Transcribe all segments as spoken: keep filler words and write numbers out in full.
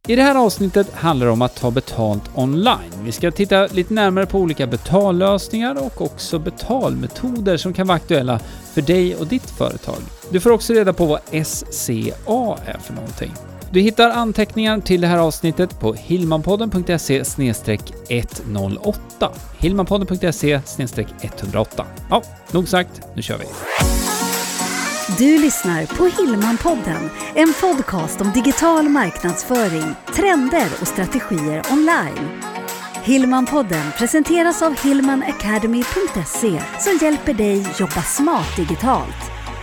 I det här avsnittet handlar det om att ta betalt online. Vi ska titta lite närmare på olika betallösningar och också betalmetoder som kan vara aktuella för dig och ditt företag. Du får också reda på vad S C A är för någonting. Du hittar anteckningar till det här avsnittet på hillmanpodden punkt se slash ett noll åtta. hillmanpodden punkt se slash ett noll åtta. Ja, nog sagt, nu kör vi. Du lyssnar på Hillmanpodden, en podcast om digital marknadsföring, trender och strategier online. Hillmanpodden presenteras av hillman academy punkt se som hjälper dig jobba smart digitalt.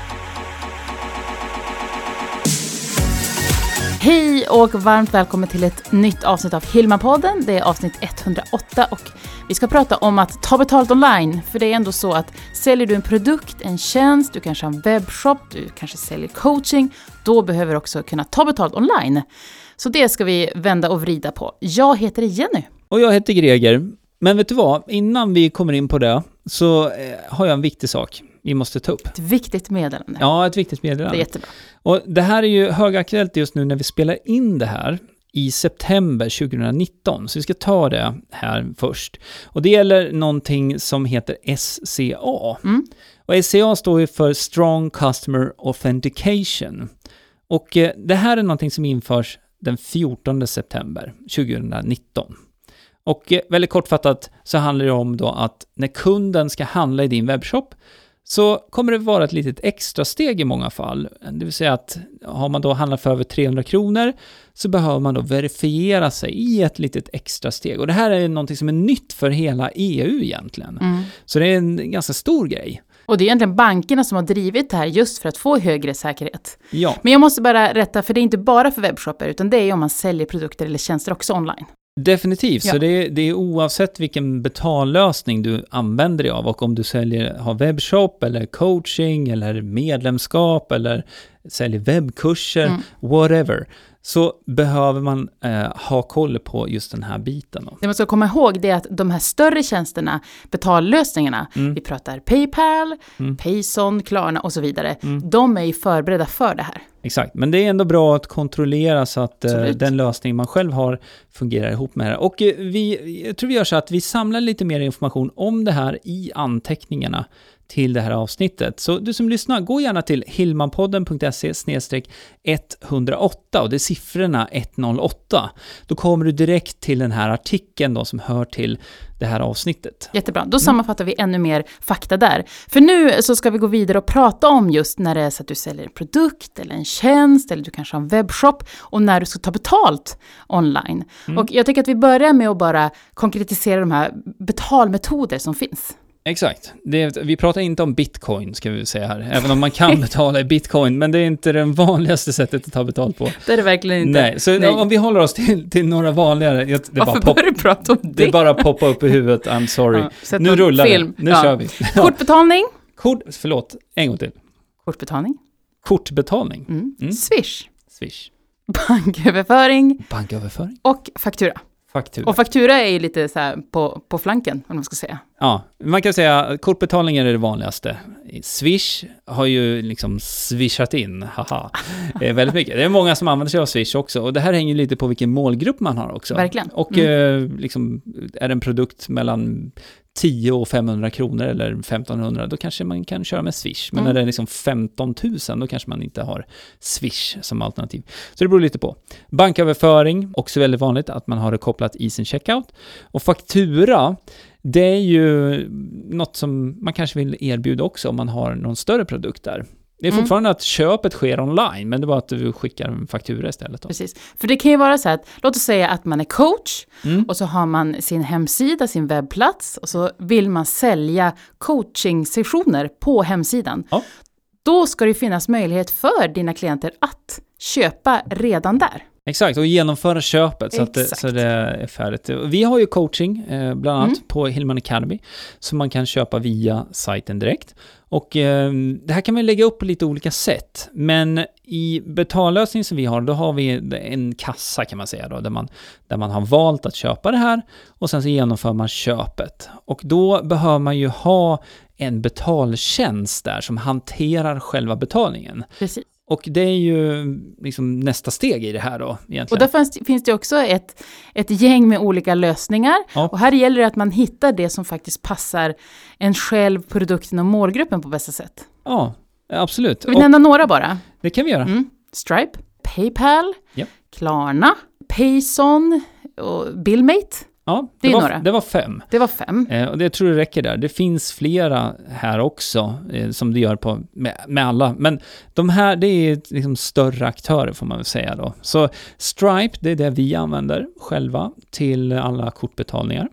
Hej och varmt välkommen till ett nytt avsnitt av Hillmanpodden. Det är avsnitt etthundraåtta och vi ska prata om att ta betalt online. För det är ändå så att säljer du en produkt, en tjänst, du kanske har en webbshop, du kanske säljer coaching, då behöver du också kunna ta betalt online. Så det ska vi vända och vrida på. Jag heter Jenny. Och jag heter Greger. Men vet du vad, innan vi kommer in på det så eh, har jag en viktig sak vi måste ta upp. Ett viktigt meddelande. Ja, ett viktigt meddelande. Det är jättebra. Och det här är ju högaktuellt just nu när vi spelar in det här i september tjugonitton. Så vi ska ta det här först. Och det gäller någonting som heter S C A. Mm. Och S C A står ju för Strong Customer Authentication. Och eh, det här är någonting som införs den fjortonde september tjugonitton. Och eh, väldigt kortfattat så handlar det om då att när kunden ska handla i din webbshop så kommer det vara ett litet extra steg i många fall. Det vill säga att har man då handlat för över trehundra kronor så behöver man då verifiera sig i ett litet extra steg. Och det här är någonting som är nytt för hela E U egentligen. Mm. Så det är en ganska stor grej. Och det är egentligen bankerna som har drivit det här just för att få högre säkerhet. Ja. Men jag måste bara rätta, för det är inte bara för webbshopper utan det är om man säljer produkter eller tjänster också online. Definitivt, ja. Så det är, det är oavsett vilken betallösning du använder dig av och om du säljer, har webbshop eller coaching eller medlemskap eller säljer webbkurser, mm. whatever, så behöver man eh, ha koll på just den här biten. Då. Det man ska komma ihåg det är att de här större tjänsterna, betallösningarna, mm. vi pratar PayPal, mm. Payson, Klarna och så vidare, mm. de är ju förberedda för det här. Exakt, men det är ändå bra att kontrollera så att eh, den lösning man själv har fungerar ihop med det. Och eh, vi, jag tror vi gör så att vi samlar lite mer information om det här i anteckningarna till det här avsnittet. Så du som lyssnar, gå gärna till hillmanpodden punkt se slash ett noll åtta och det är siffrorna ett noll åtta. Då kommer du direkt till den här artikeln då som hör till det här avsnittet. Jättebra, då sammanfattar vi ännu mer fakta där. För nu så ska vi gå vidare och prata om just när det är så att du säljer en produkt eller en tjänst eller du kanske har en webbshop och när du ska ta betalt online. Mm. Och jag tycker att vi börjar med att bara konkretisera de här betalmetoder som finns. Exakt. Det, vi pratar inte om bitcoin ska vi säga här. Även om man kan betala i bitcoin. Men det är inte det vanligaste sättet att ta betalt på. Det är det verkligen inte. Nej, så Nej. om vi håller oss till, till några vanligare. Det Varför bara börjar du prata om det? Det bara poppa upp i huvudet. I'm sorry. Ja, nu rullar film. det. Nu ja. kör vi. Kortbetalning. Kort, förlåt, en gång till. Kortbetalning. Kortbetalning. Mm. Mm. Swish. Swish. Banköverföring. Banköverföring. Och faktura. Faktura. Och faktura är ju lite så här på, på flanken, om man ska säga. Ja, man kan säga att kortbetalning är det vanligaste. Swish har ju liksom swishat in, haha, det är väldigt mycket. Det är många som använder sig av Swish också. Och det här hänger lite på vilken målgrupp man har också. Verkligen. Och mm. eh, liksom, är det en produkt mellan tio och femhundra kronor eller femtonhundra, då kanske man kan köra med Swish. Men mm. när det är liksom femton tusen, då kanske man inte har Swish som alternativ. Så det beror lite på. Banköverföring, också väldigt vanligt att man har det kopplat i sin checkout. Och faktura, det är ju något som man kanske vill erbjuda också om man har någon större produkt där. Det är fortfarande mm. att köpet sker online, men det är bara att du skickar en faktura istället. Då. Precis, för det kan ju vara så att, låt oss säga att man är coach mm. och så har man sin hemsida, sin webbplats och så vill man sälja coaching-sessioner på hemsidan. Ja. Då ska det finnas möjlighet för dina klienter att köpa redan där. Exakt, och genomföra köpet så att, det, så det är färdigt. Vi har ju coaching eh, bland annat mm. på Hillman Academy som man kan köpa via sajten direkt. Och eh, det här kan man lägga upp på lite olika sätt. Men i betallösning som vi har, då har vi en kassa kan man säga då, där man, där man har valt att köpa det här och sen så genomför man köpet. Och då behöver man ju ha en betaltjänst där som hanterar själva betalningen. Precis. och det är ju liksom nästa steg i det här då egentligen. Och där finns, finns det också ett, ett gäng med olika lösningar. Ja. Och här gäller det att man hittar det som faktiskt passar en själv, produkten och målgruppen på bästa sätt. Ja, absolut. Ska vi nämna några bara? Det kan vi göra. Mm. Stripe, PayPal, ja. Klarna, Payson och Billmate. Ja, det, det, var, några. det var fem. Det var fem. Eh, och det tror jag räcker där. Det finns flera här också eh, som det gör på, med, med alla. Men de här, det är liksom större aktörer får man väl säga då. Så Stripe, det är det vi använder själva till alla kortbetalningar.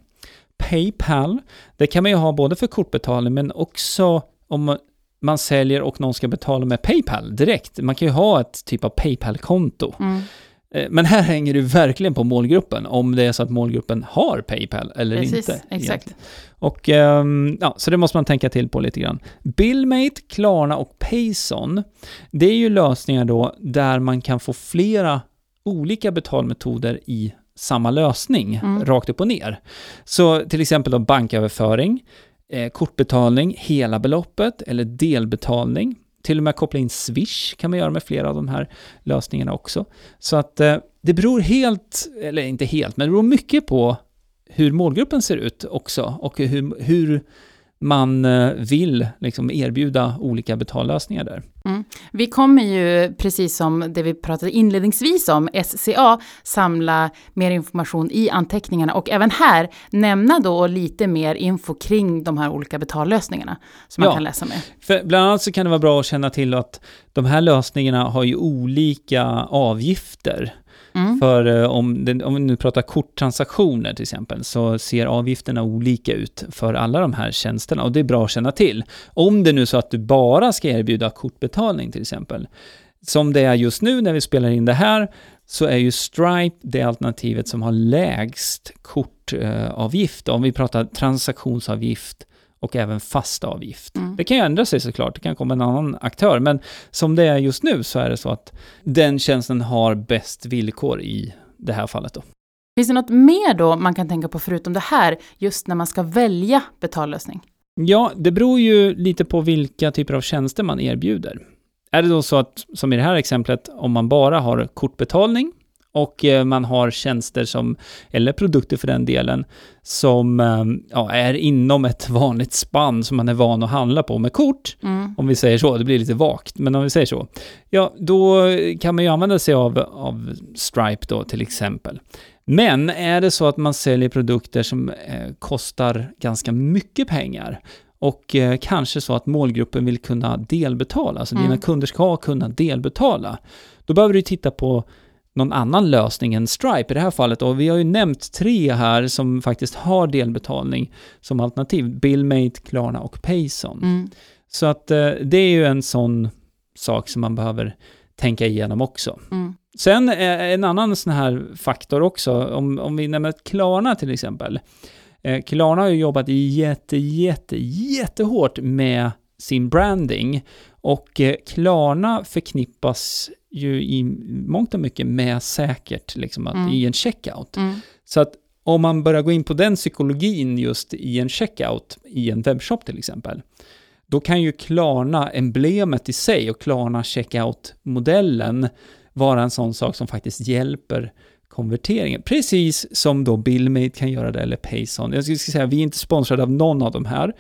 PayPal, det kan man ju ha både för kortbetalning men också om man säljer och någon ska betala med PayPal direkt. Man kan ju ha ett typ av PayPal-konto. Mm. Men här hänger det verkligen på målgruppen, om det är så att målgruppen har PayPal eller Precis, inte. Exakt. Egentligen. Och, um, ja, så det måste man tänka till på lite grann. Billmate, Klarna och Payson, det är ju lösningar då där man kan få flera olika betalmetoder i samma lösning, mm. rakt upp och ner. Så till exempel då banköverföring, eh, kortbetalning, hela beloppet eller delbetalning. Till och med koppla in Swish kan man göra med flera av de här lösningarna också. Så att eh, det beror helt, eller inte helt, men det beror mycket på hur målgruppen ser ut också. Och hur, hur man eh, vill liksom erbjuda olika betallösningar där. Mm. Vi kommer ju, precis som det vi pratade inledningsvis om, S C A, samla mer information i anteckningarna. Och även här nämna då lite mer info kring de här olika betallösningargarna som man ja, kan läsa med. För bland annat så kan det vara bra att känna till att de här lösningarna har ju olika avgifter. Mm. För eh, om, det, om vi nu pratar korttransaktioner till exempel, så ser avgifterna olika ut för alla de här tjänsterna, och det är bra att känna till. Om det nu är så att du bara ska erbjuda kortbetalning till exempel, som det är just nu när vi spelar in det här, så är ju Stripe det alternativet som har lägst kortavgift. Eh, om vi pratar transaktionsavgift och även fast avgift. Mm. Det kan ju ändra sig såklart, det kan komma en annan aktör, men som det är just nu så är det så att den tjänsten har bäst villkor i det här fallet då. Finns det något mer då man kan tänka på förutom det här, just när man ska välja betallösning? Ja, det beror ju lite på vilka typer av tjänster man erbjuder. Är det då så att, som i det här exemplet, om man bara har kortbetalning och man har tjänster som, eller produkter för den delen, som ja, är inom ett vanligt spann som man är van att handla på med kort. Mm. Om vi säger så, det blir lite vagt, men om vi säger så. Ja, då kan man ju använda sig av, av Stripe då till exempel. Men är det så att man säljer produkter som eh, kostar ganska mycket pengar och eh, kanske så att målgruppen vill kunna delbetala, alltså mm. dina kunder ska kunna delbetala, då behöver du titta på någon annan lösning än Stripe i det här fallet. Och vi har ju nämnt tre här som faktiskt har delbetalning som alternativ. Billmate, Klarna och Payson. Mm. Så att eh, det är ju en sån sak som man behöver tänka igenom också. Mm. Sen eh, en annan sån här faktor också, om, om vi nämner Klarna till exempel. Eh, Klarna har ju jobbat jätte, jätte, jättehårt med sin branding, och eh, Klarna förknippas ju i mångt och mycket med säkert liksom, att, mm. i en checkout. Mm. Så att om man börjar gå in på den psykologin just i en checkout i en webbshop till exempel, då kan ju Klarna-emblemet i sig och Klarna checkout-modellen vara en sån sak som faktiskt hjälper konverteringen. Precis som då Billmate kan göra det, eller Payson. Jag skulle säga, vi är inte sponsrade av någon av de här.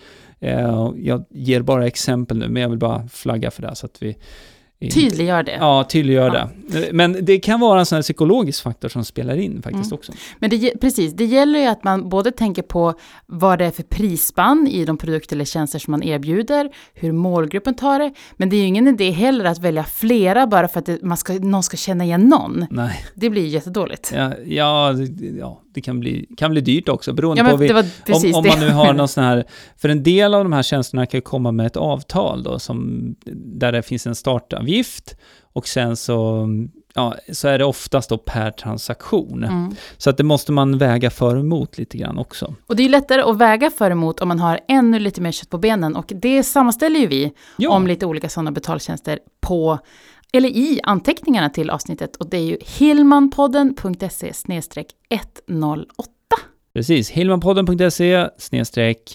Jag ger bara exempel nu, men jag vill bara flagga för det så att vi tydliggör det. Ja, tydliggör ja. det. Men det kan vara en sån här psykologisk faktor som spelar in faktiskt mm. också. Men det, precis, det gäller ju att man både tänker på vad det är för prisspann i de produkter eller tjänster som man erbjuder, hur målgruppen tar det. Men det är ju ingen idé heller att välja flera bara för att det, man ska, någon ska känna igen någon. Nej. Det blir ju jättedåligt. Ja, ja, ja det kan bli, kan bli dyrt också. Beroende ja, på vi, om, om man nu har någon sån här, för en del av de här tjänsterna kan komma med ett avtal då, som, där det finns en startavgift och sen så, ja, så är det oftast då per transaktion. Mm. Så att det måste man väga för och emot lite grann också. Och det är lättare att väga för och emot om man har ännu lite mer kött på benen, och det sammanställer ju vi ja. om lite olika sådana betaltjänster på eller i anteckningarna till avsnittet, och det är ju hillmanpodden punkt se slash ett noll åtta. Precis, hillmanpodden punkt se slash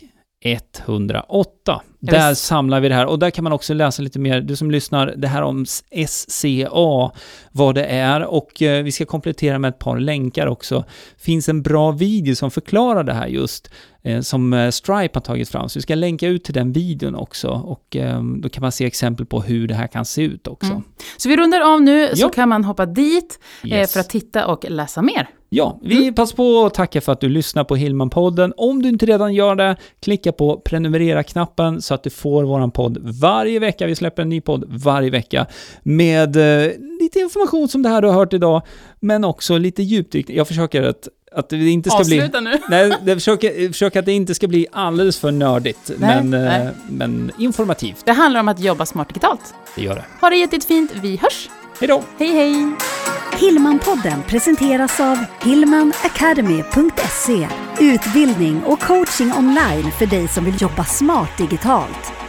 etthundraåtta. Där visst. Samlar vi det här och där kan man också läsa lite mer, du som lyssnar, det här om S C A, vad det är, och eh, vi ska komplettera med ett par länkar också. Finns en bra video som förklarar det här just, eh, som eh, Stripe har tagit fram, så vi ska länka ut till den videon också, och eh, då kan man se exempel på hur det här kan se ut också. Mm. Så vi rundar av nu, jo. Så kan man hoppa dit yes. eh, för att titta och läsa mer. Ja, vi mm. passar på att tacka för att du lyssnar på Hillman-podden. Om du inte redan gör det, klicka på prenumerera-knappen så att du får våran podd varje vecka. Vi släpper en ny podd varje vecka med eh, lite information som det här du har hört idag, men också lite djupdykning. Jag försöker att att det inte ska Avsluta bli... nu. Nej, jag försöker, försöker att det inte ska bli alldeles för nördigt, nej, men, nej. men informativt. Det handlar om att jobba smart digitalt. Det gör det. Ha det jättefint, vi hörs. Hej då. Hej hej. Hillman-podden presenteras av hillman academy punkt se. Utbildning och coaching online för dig som vill jobba smart digitalt.